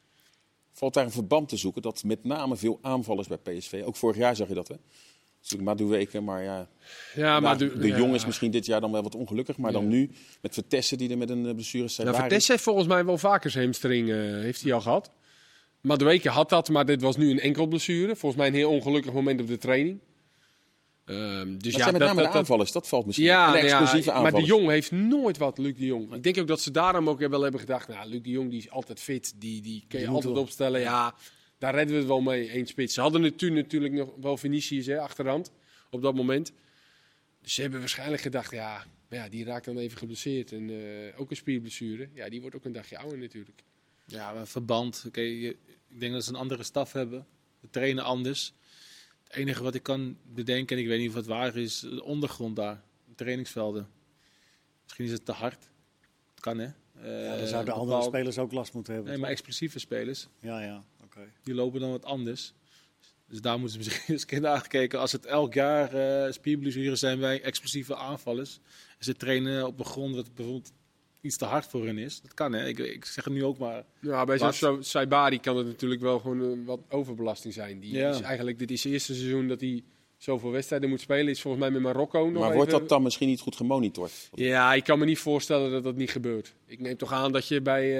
Valt daar een verband te zoeken dat met name veel aanvallers bij PSV. Ook vorig jaar zag je dat, hè? Natuurlijk Madueke, maar ja. Ja, maar de Jong is misschien dit jaar dan wel wat ongelukkig. Maar dan nu met Vertessen die er met een blessure zijn. Nou, Vertessen heeft volgens mij wel vaker zijn hamstring heeft hij al gehad. Madueke had dat, maar dit was nu een enkel blessure. Volgens mij een heel ongelukkig moment op de training. Dus dat zijn met name de aanvallers, dat valt misschien. Ja, en de nou ja, explosieve aanvallers. maar de Jong heeft nooit wat, Luc de Jong. Ik denk ook dat ze daarom ook wel hebben gedacht, nou, Luc de Jong die is altijd fit, die kun je altijd opstellen. Ja, daar redden we het wel mee, één spits. Ze hadden natuurlijk nog wel Vinicius, hè, achterhand. op dat moment. Dus ze hebben waarschijnlijk gedacht, die raakt dan even geblesseerd. En ook een spierblessure. Ja, die wordt ook een dagje ouder natuurlijk. Ja, maar verband. Ik denk dat ze een andere staf hebben. De trainen anders. Het enige wat ik kan bedenken, en ik weet niet of het waar is, de ondergrond daar. De trainingsvelden. Misschien is het te hard. Het kan, hè. Dan zouden andere spelers ook last moeten hebben. Nee, maar explosieve spelers. Ja, oké. Die lopen dan wat anders. Dus daar moeten ze misschien eens naar gekeken. Als het elk jaar spierblessures zijn bij explosieve aanvallers. En ze trainen op een grond wat bijvoorbeeld iets te hard voor hen is. Dat kan, hè. Ik zeg het nu ook maar. Ja, bij zo'n Saibari kan het natuurlijk wel gewoon wat overbelasting zijn. Dit is het eerste seizoen dat hij zoveel wedstrijden moet spelen. Is volgens mij met Marokko nog. Maar wordt dat dan misschien niet goed gemonitord? Ja, ik kan me niet voorstellen dat dat niet gebeurt. Ik neem toch aan dat je bij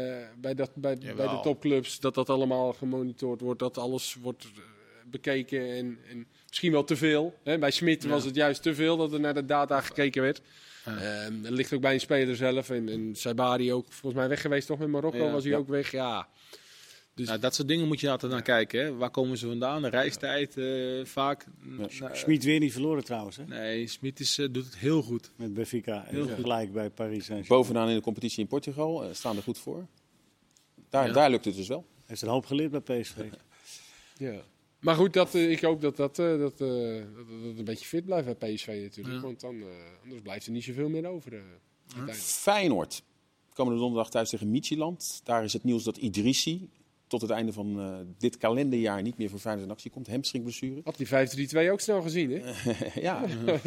de topclubs dat allemaal gemonitord wordt. Dat alles wordt bekeken en misschien wel te veel. Hè? Bij Smit was het juist te veel dat er naar de data gekeken werd. Dat ligt ook bij een speler zelf. En Saibari ook volgens mij weg geweest, toch? Met Marokko was hij ook weg. Ja. Dus dat soort dingen moet je altijd naar kijken. Hè? Waar komen ze vandaan? De reistijd vaak. Smit weer niet verloren trouwens. Hè? Nee, Smit doet het heel goed. Met Benfica. Heel goed. Gelijk bij Paris Saint-Germain. Bovenaan in de competitie in Portugal staan er goed voor. Daar lukt het dus wel. Heeft een hoop geleerd bij PSV. Ja. Maar goed, ik hoop dat een beetje fit blijft bij PSV natuurlijk. Ja. Want anders blijft er niet zoveel meer over. Feyenoord. Komende donderdag thuis tegen Midtjylland. Daar is het nieuws dat Idrissi tot het einde van dit kalenderjaar niet meer voor Feyenoord in actie komt. Hamstringblessure. Had die 5-3-2 ook snel gezien, hè? Ja,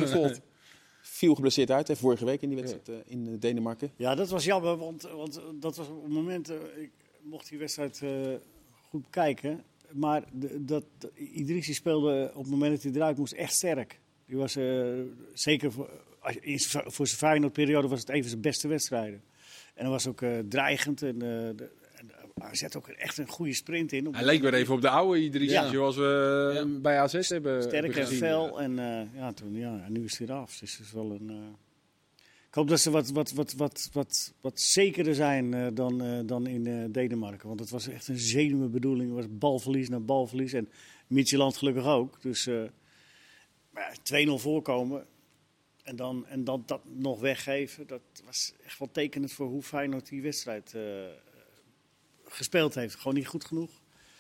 viel geblesseerd uit, hè, vorige week in die wedstrijd in Denemarken. Ja, dat was jammer, want dat was op het moment, ik mocht die wedstrijd goed bekijken. Maar Idrissi speelde op het moment dat hij eruit moest echt sterk. Die was zeker voor zijn Feyenoord-periode was het even zijn beste wedstrijden. En hij was ook dreigend en hij zet ook echt een goede sprint in. Hij leek weer even op de oude Idrissi, zoals we bij AZ hebben sterk en fel en nu is hij eraf. Dus het is wel een... Ik hoop dat ze wat zekerder zijn dan in Denemarken. Want het was echt een zenuwenbedoeling. Het was balverlies na balverlies. En Midtjylland gelukkig ook. Dus 2-0 voorkomen en dan dat nog weggeven. Dat was echt wel tekenend voor hoe Feyenoord die wedstrijd gespeeld heeft. Gewoon niet goed genoeg.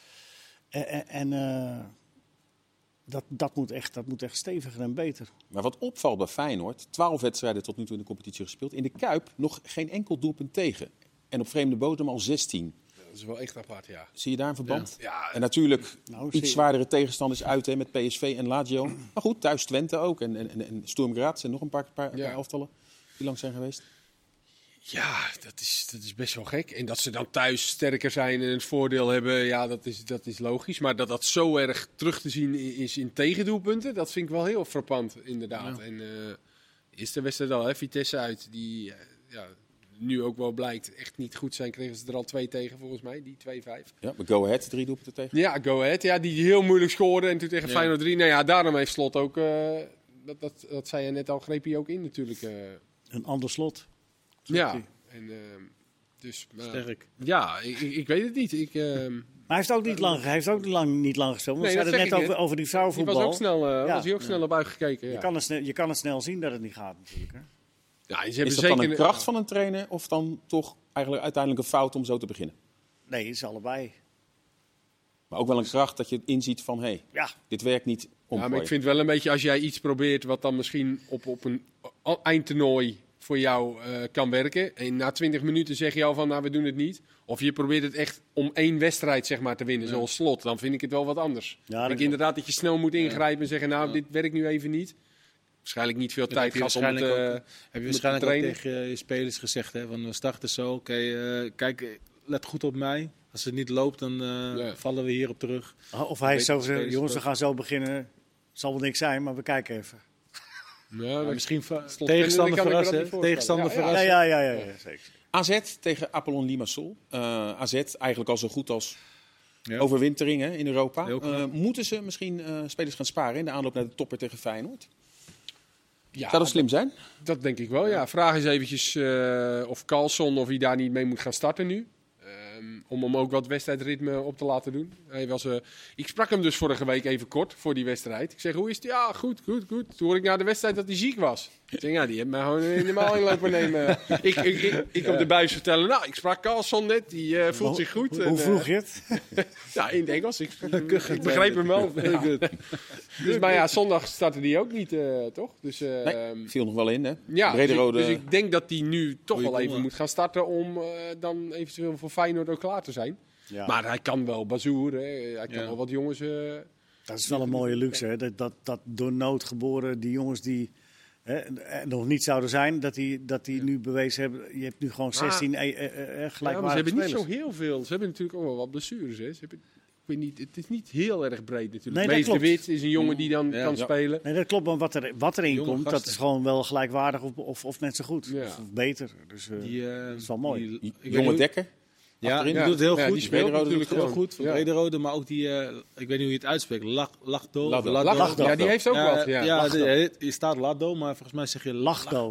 Dat moet echt steviger en beter. Maar wat opvalt bij Feyenoord, 12 wedstrijden tot nu toe in de competitie gespeeld. In de Kuip nog geen enkel doelpunt tegen. En op vreemde bodem al 16. Dat is wel echt apart, ja. Zie je daar een verband? Ja. En natuurlijk iets zwaardere tegenstanders uit met PSV en Lazio. Maar goed, thuis Twente ook. En Sturm Graz en nog een paar elftallen die lang zijn geweest. Ja, dat is best wel gek. En dat ze dan thuis sterker zijn en het voordeel hebben, ja, dat is logisch. Maar dat zo erg terug te zien is in tegendoelpunten, dat vind ik wel heel frappant, inderdaad. Ja. En is de wedstrijd al, Vitesse uit, die nu ook wel blijkt echt niet goed zijn, kregen ze er al 2 tegen volgens mij, die 2-5. Ja, maar Go Ahead 3 doelpunten tegen. Ja, Go Ahead, die heel moeilijk scoorde en toen tegen Feyenoord 3. Nou ja, daarom heeft Slot ook, dat zei je net al, greep hij ook in natuurlijk. Een ander Slot. Ja, en dus sterk. Ja, ik weet het niet. Maar hij heeft ook niet lang gespeeld. We hadden het net over die vrouwenvoetbal. Die was ook snel, was hij ook snel op uitgekeken. Ja. Je kan het snel zien dat het niet gaat natuurlijk. Hè? Ja, is dat dan een kracht van een trainer of dan toch eigenlijk uiteindelijk een fout om zo te beginnen? Nee, het is allebei. Maar ook wel een kracht dat je inziet van, dit werkt niet. Ja, maar ik vind wel een beetje als jij iets probeert wat dan misschien op een eindtoernooi voor jou kan werken. En na 20 minuten zeg je al van, we doen het niet. Of je probeert het echt om 1 wedstrijd zeg maar te winnen, zoals Slot. Dan vind ik het wel wat anders. Ja, ik denk inderdaad dat je snel moet ingrijpen en zeggen, dit werkt nu even niet. Waarschijnlijk niet veel tijd gehad om het heb je waarschijnlijk ook tegen je spelers gezegd, hè? Van we starten zo, kijk, let goed op mij. Als het niet loopt, dan vallen we hierop terug. Of hij is zo gezegd, jongens, we gaan zo beginnen. Het zal wel niks zijn, maar we kijken even. Ja, misschien tegenstander verrassen. Tegenstander verrassen. Ja, zeker. AZ tegen Apollon Limassol. AZ eigenlijk al zo goed als overwintering in Europa. Moeten ze misschien spelers gaan sparen in de aanloop naar de topper tegen Feyenoord? Ja, zou dat slim zijn? Dat denk ik wel, ja. Vraag is eventjes of Carlson of hij daar niet mee moet gaan starten nu. Om hem ook wat wedstrijdritme op te laten doen. Ik sprak hem dus vorige week even kort voor die wedstrijd. Ik zeg, hoe is het? Ja, goed. Toen hoorde ik na de wedstrijd dat hij ziek was. Ik zeg, die heeft mij gewoon helemaal in lopen nemen. Ik op de buis vertellen, ik sprak Carlson net, die voelt zich goed. Hoe vroeg je het? Ja, in het Engels. Ik begreep hem wel. Dus, maar zondag startte die ook niet, toch? Dus, viel nog wel in, hè? Ja, Brederode... dus ik denk dat die nu toch wel even moet gaan starten om dan eventueel voor Feyenoord ook klaar te zijn. Ja. Maar hij kan wel Bazoer, hij kan wel wat jongens... dat is wel een mooie luxe, hè? Dat door nood geboren, die jongens die nog niet zouden zijn, dat die nu bewezen hebben. Je hebt nu gewoon 16 gelijkwaardige maar ze hebben spelers. niet zo heel veel. Ze hebben natuurlijk ook wel wat blessures. Hè. Ik weet niet, het is niet heel erg breed natuurlijk. Nee, Mees de Wit is een jongen die dan kan spelen. Nee, dat klopt, maar wat erin jonge komt, gasten. Dat is gewoon wel gelijkwaardig of net zo goed. Ja. Of beter. Dus dat is wel mooi. Jonge Dekker. Ja, die doet het heel goed. Die speelt natuurlijk heel goed. Van Brederode, maar ook die, ik weet niet hoe je het uitspreekt. Lachdo. Ja, die heeft ook wat. Je staat Lado, maar volgens mij zeg je Lachdo.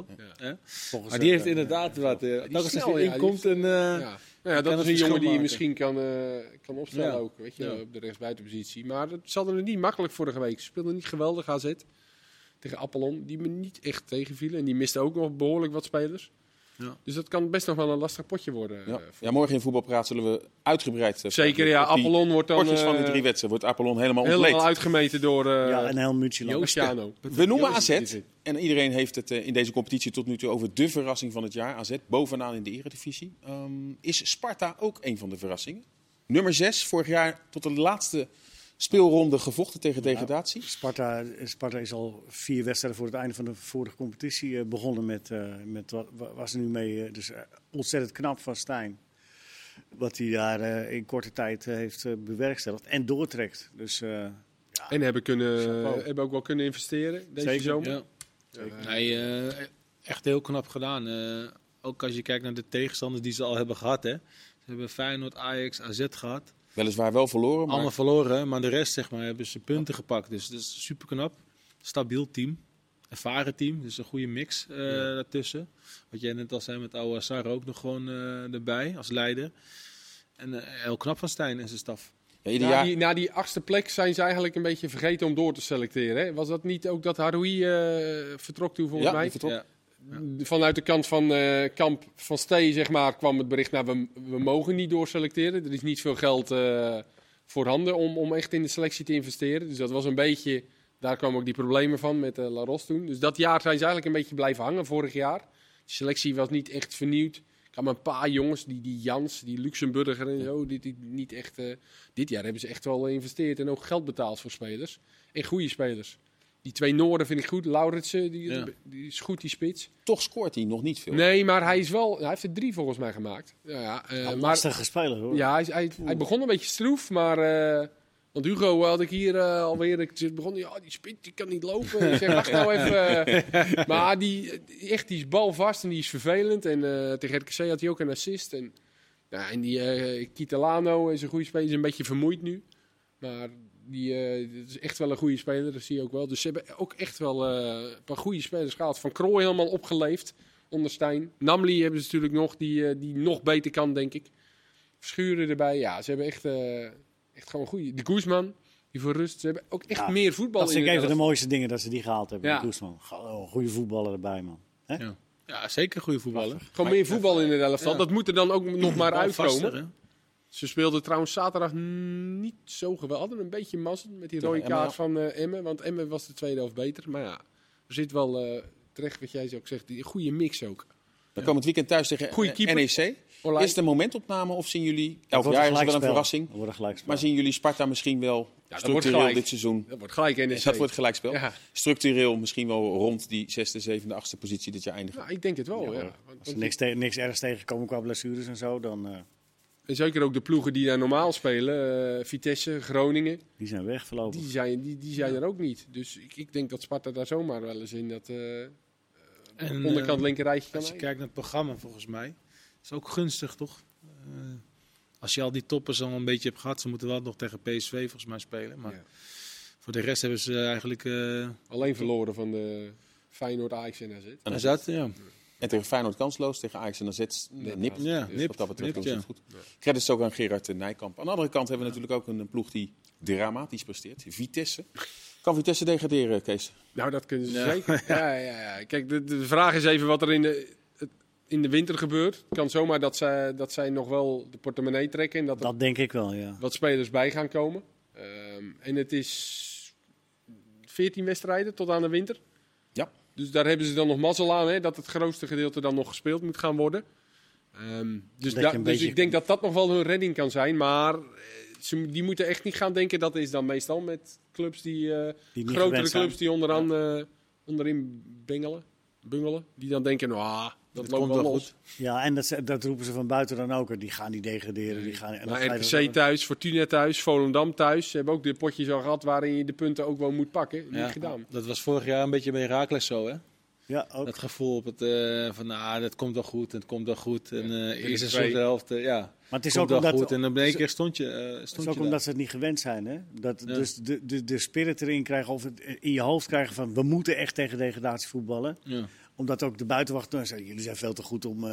Maar die heeft inderdaad wat. Dat als hij inkomt en... dat is een jongen die je misschien kan opstellen ook, weet je, op de rechtsbuitenpositie. Maar dat zat er niet makkelijk vorige week. Ze speelden niet geweldig AZ tegen Apollon, die me niet echt tegenvielen. En die miste ook nog behoorlijk wat spelers. Ja. Dus dat kan best nog wel een lastig potje worden. Morgen in Voetbalpraat zullen we uitgebreid... Zeker, Apollon wordt dan... Potjes van de 3 wedstrijden wordt Apollon helemaal ontleed. Helemaal uitgemeten door... en heel Josiano. We noemen AZ. En iedereen heeft het in deze competitie tot nu toe over de verrassing van het jaar. AZ bovenaan in de Eredivisie. Is Sparta ook een van de verrassingen? Nummer 6, vorig jaar tot de laatste speelronde gevochten tegen degradatie. Sparta is al 4 wedstrijden voor het einde van de vorige competitie begonnen met wat was er nu mee. Dus ontzettend knap van Stijn. Wat hij daar in korte tijd heeft bewerkstelligd en doortrekt. Dus, en hebben ook wel kunnen investeren deze zomer. Ja. Nee, echt heel knap gedaan. Ook als je kijkt naar de tegenstanders die ze al hebben gehad. Hè. Ze hebben Feyenoord, Ajax, AZ gehad. Weliswaar wel verloren. Maar... Allemaal verloren, maar de rest hebben ze punten gepakt. Dus dat is super knap. Stabiel team. Ervaren team. Dus een goede mix daartussen. Wat jij net al zei met oude Sarr ook nog gewoon erbij als leider. En heel knap van Stijn en zijn staf. Na die 8e plek zijn ze eigenlijk een beetje vergeten om door te selecteren. Hè? Was dat niet ook dat Haroui vertrok toen volgens mij? Vertrok. Ja. Vanuit de kant van Kamp van Stee zeg maar, kwam het bericht, we mogen niet doorselecteren. Er is niet veel geld voorhanden om echt in de selectie te investeren. Dus dat was een beetje, daar kwamen ook die problemen van met La Ros toen. Dus dat jaar zijn ze eigenlijk een beetje blijven hangen vorig jaar. De selectie was niet echt vernieuwd. Ik had maar een paar jongens, die Jans, die Luxemburger en zo, die niet echt... dit jaar hebben ze echt wel geïnvesteerd en ook geld betaald voor spelers. En goede spelers. Die 2 Noorden vind ik goed. Lauritsen, die is goed, die spits. Toch scoort hij nog niet veel. Nee, maar hij heeft er 3 volgens mij gemaakt. Lastige speler hoor. Ja, hij begon een beetje stroef, maar... want Hugo had ik hier alweer... Ik begon, die spits die kan niet lopen. Ik zeg, wacht nou even. Maar die is balvast en die is vervelend. En tegen RKC had hij ook een assist. En die Kitalano is een goede speler. Is een beetje vermoeid nu. Maar... dat is echt wel een goede speler, dat zie je ook wel. Dus ze hebben ook echt wel een paar goede spelers gehaald. Van Krooi helemaal opgeleefd onder Stijn. Namli hebben ze natuurlijk nog, die nog beter kan, denk ik. Verschuren erbij. Ja, ze hebben echt gewoon goede. De Guzman, die voor rust. Ze hebben ook echt meer voetbal. Dat vind ik een van de mooiste dingen dat ze die gehaald hebben. Ja. De Guzman. Een goede voetballer erbij, man. Hè? Ja, zeker een goede voetballer. Gewoon meer voetbal in het elftal. Ja. Dat moet er dan ook nog maar uitkomen. Vaster, ze speelden trouwens zaterdag niet zo geweldig. Hadden een beetje mazzel met die rode kaart van Emmen. Want Emmen was de tweede helft beter. Maar ja, er zit wel terecht wat jij ook zegt. Een goede mix ook. We komen het weekend thuis tegen NEC. Is het een momentopname of zien jullie... Elk jaar is het wel een verrassing. Maar zien jullie Sparta misschien wel structureel dit seizoen? Dat wordt gelijk NEC. Dat wordt gelijkspel. Ja. Structureel misschien wel rond die 6e, 7e, 8e positie dit jaar eindigen. Nou, ik denk het wel, ja. Als er niks ergens tegenkomen qua blessures en zo, dan... En zeker ook de ploegen die daar normaal spelen, Vitesse, Groningen. Die zijn weggelopen. Die zijn er ook niet. Dus ik denk dat Sparta daar zomaar wel eens in dat onderkant linkerrijtje kan. Als je kijkt naar het programma volgens mij, is ook gunstig toch? Als je al die toppers al een beetje hebt gehad, ze moeten wel nog tegen PSV volgens mij spelen. Maar voor de rest hebben ze eigenlijk... alleen verloren van de Feyenoord, Ajax en AZ. AZ, ja. En tegen Feyenoord kansloos, tegen Ajax en AZ nipt. Ja, Dus wat dat betreft doen ze het goed. Credits ook aan Gerard Nijkamp. Aan de andere kant hebben we natuurlijk ook een ploeg die dramatisch presteert. Vitesse. Kan Vitesse degraderen, Kees? Nou, dat kunnen ze zeker. Ja. Kijk, de vraag is even wat er in de winter gebeurt. Het kan zomaar dat zij nog wel de portemonnee trekken. En dat denk ik wel, ja. Wat spelers bij gaan komen. En het is 14 wedstrijden tot aan de winter. Ja. Dus daar hebben ze dan nog mazzel aan, hè, dat het grootste gedeelte dan nog gespeeld moet gaan worden. Dus ik denk dat dat nog wel hun redding kan zijn. Maar die moeten echt niet gaan denken, dat is dan meestal met clubs die grotere clubs die onderin bungelen. Die dan denken, dat loopt wel los. Goed. Ja, en dat roepen ze van buiten dan ook. Die gaan niet degraderen. RKC thuis, Fortuna thuis, Volendam thuis. Ze hebben ook de potjes al gehad waarin je de punten ook wel moet pakken. Niet gedaan. Dat was vorig jaar een beetje bij Heracles zo, hè? Ja, ook. Dat gevoel op het dat komt wel goed, het komt wel goed. En eerste seizoen de helft, maar het is ook omdat goed. En dan ben keer stond je het is ook omdat ze het niet gewend zijn, hè? Dus de spirit erin krijgen of het in je hoofd krijgen van we moeten echt tegen degradatie voetballen. Ja. Omdat ook de buitenwacht zeggen, jullie zijn veel te goed om...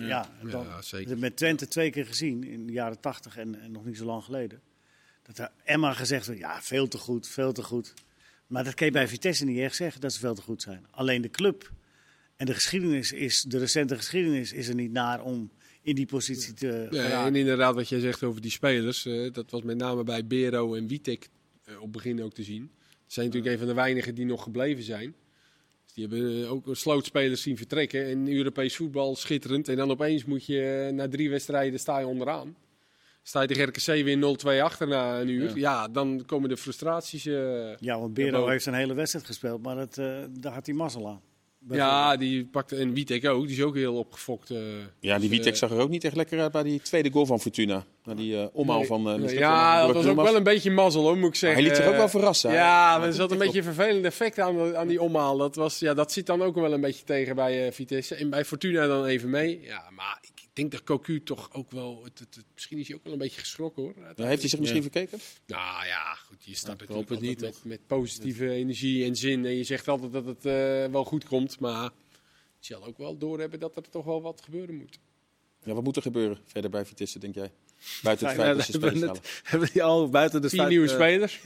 zeker. Met Twente 2 keer gezien in de jaren 80 en nog niet zo lang geleden. Dat Emma gezegd werd, veel te goed, veel te goed. Maar dat kan je bij Vitesse niet echt zeggen, dat ze veel te goed zijn. Alleen de club en de recente geschiedenis is er niet naar om in die positie te geraken. En inderdaad wat jij zegt over die spelers, dat was met name bij Bero en Witek op het begin ook te zien. Ze zijn natuurlijk een van de weinigen die nog gebleven zijn. Die hebben ook slootspelers zien vertrekken. En Europees voetbal schitterend. En dan opeens moet je na 3 wedstrijden sta je onderaan. Sta je tegen RKC weer 0-2 achter na een uur. Ja, dan komen de frustraties. Want Bero heeft zijn hele wedstrijd gespeeld. Maar daar had hij mazzel aan. Ja, die pakte. En Witek ook. Die is ook heel opgefokt. Die Witek zag er ook niet echt lekker uit bij die tweede goal van Fortuna. Na die omhaal van... dat was ook wel een beetje mazzel, hoor, moet ik zeggen. Hij liet zich ook wel verrassen. Ja, maar er zat een beetje een vervelend effect aan die omhaal. Dat zit dan ook wel een beetje tegen bij Vitesse. En bij Fortuna dan even mee. Ja, maar ik denk dat Cocu toch ook wel... misschien is hij ook wel een beetje geschrokken, hoor. Heeft hij zich misschien verkeken? Nou ja, goed. Je start natuurlijk niet met positieve energie en zin. En je zegt altijd dat het wel goed komt. Maar je zal ook wel doorhebben dat er toch wel wat gebeuren moet. Ja, wat moet er gebeuren verder bij Vitesse, denk jij? Buiten het feit dat ze spelers halen. Hebben die al buiten de 4 nieuwe spelers?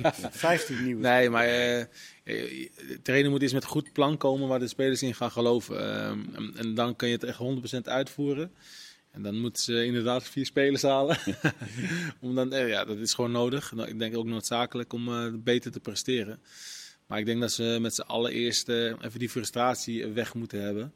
15 nieuwe. Nee, maar de trainer moet eens met een goed plan komen waar de spelers in gaan geloven. En dan kan je het echt 100% uitvoeren. En dan moeten ze inderdaad 4 spelers halen. Dat is gewoon nodig. Ik denk ook noodzakelijk om beter te presteren. Maar ik denk dat ze met z'n allereerst even die frustratie weg moeten hebben.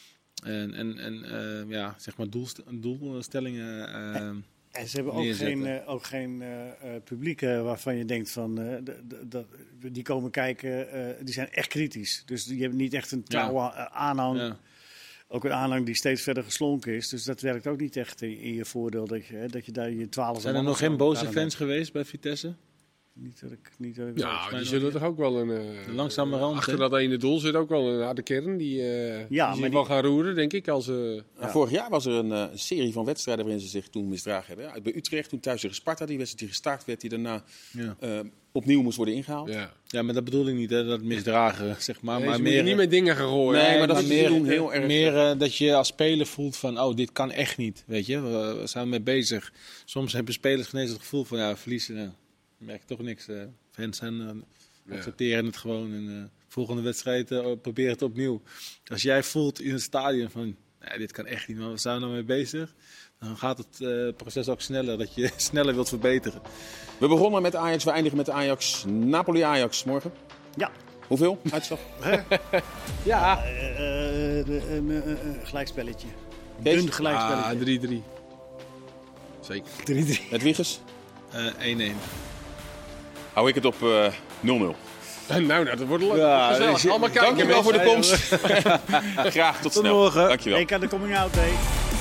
Zeg maar doelstellingen. En ze hebben ook geen publiek waarvan je denkt van die komen kijken, die zijn echt kritisch. Dus die hebben niet echt een trouwe aanhang. Ja. Ook een aanhang die steeds verder geslonken is. Dus dat werkt ook niet echt in je voordeel dat je daar je 12. Zijn er nog geen boze fans geweest bij Vitesse? Niet dat ik die zullen toch ook wel langzamerhand. Achter dat ene doel zit ook wel een harde kern die wel gaan roeren, denk ik. Vorig jaar was er een serie van wedstrijden waarin ze zich toen misdragen hebben. Ja, bij Utrecht, toen thuis tegen Sparta, die wedstrijd die gestaakt werd, die daarna opnieuw moest worden ingehaald. Ja, maar dat bedoel ik niet, hè, dat misdragen, zeg maar. Nee, maar meer niet met dingen gegooid. Nee, maar dat is heel erg. Meer dat je als speler voelt van, dit kan echt niet, weet je. We zijn mee bezig. Soms hebben spelers ineens het gevoel van, verliezen, merk toch niks. Fans accepteren het gewoon. En volgende wedstrijd probeer het opnieuw. Als jij voelt in het stadion van, dit kan echt niet, maar we zijn er mee bezig. Dan gaat het proces ook sneller, dat je sneller wilt verbeteren. We begonnen met Ajax, we eindigen met Ajax. Napoli-Ajax morgen. Ja. Hoeveel? Uitslag? Een gelijkspelletje. Een gelijkspelletje. 3-3. Zeker. 3-3. Met Wiegers? 1-1. Hou ik het op 0-0. Nou, dat wordt leuk. Allemaal kijken. Dankjewel voor de komst. Graag tot snel. Morgen. Dankjewel. Ik aan de coming out day.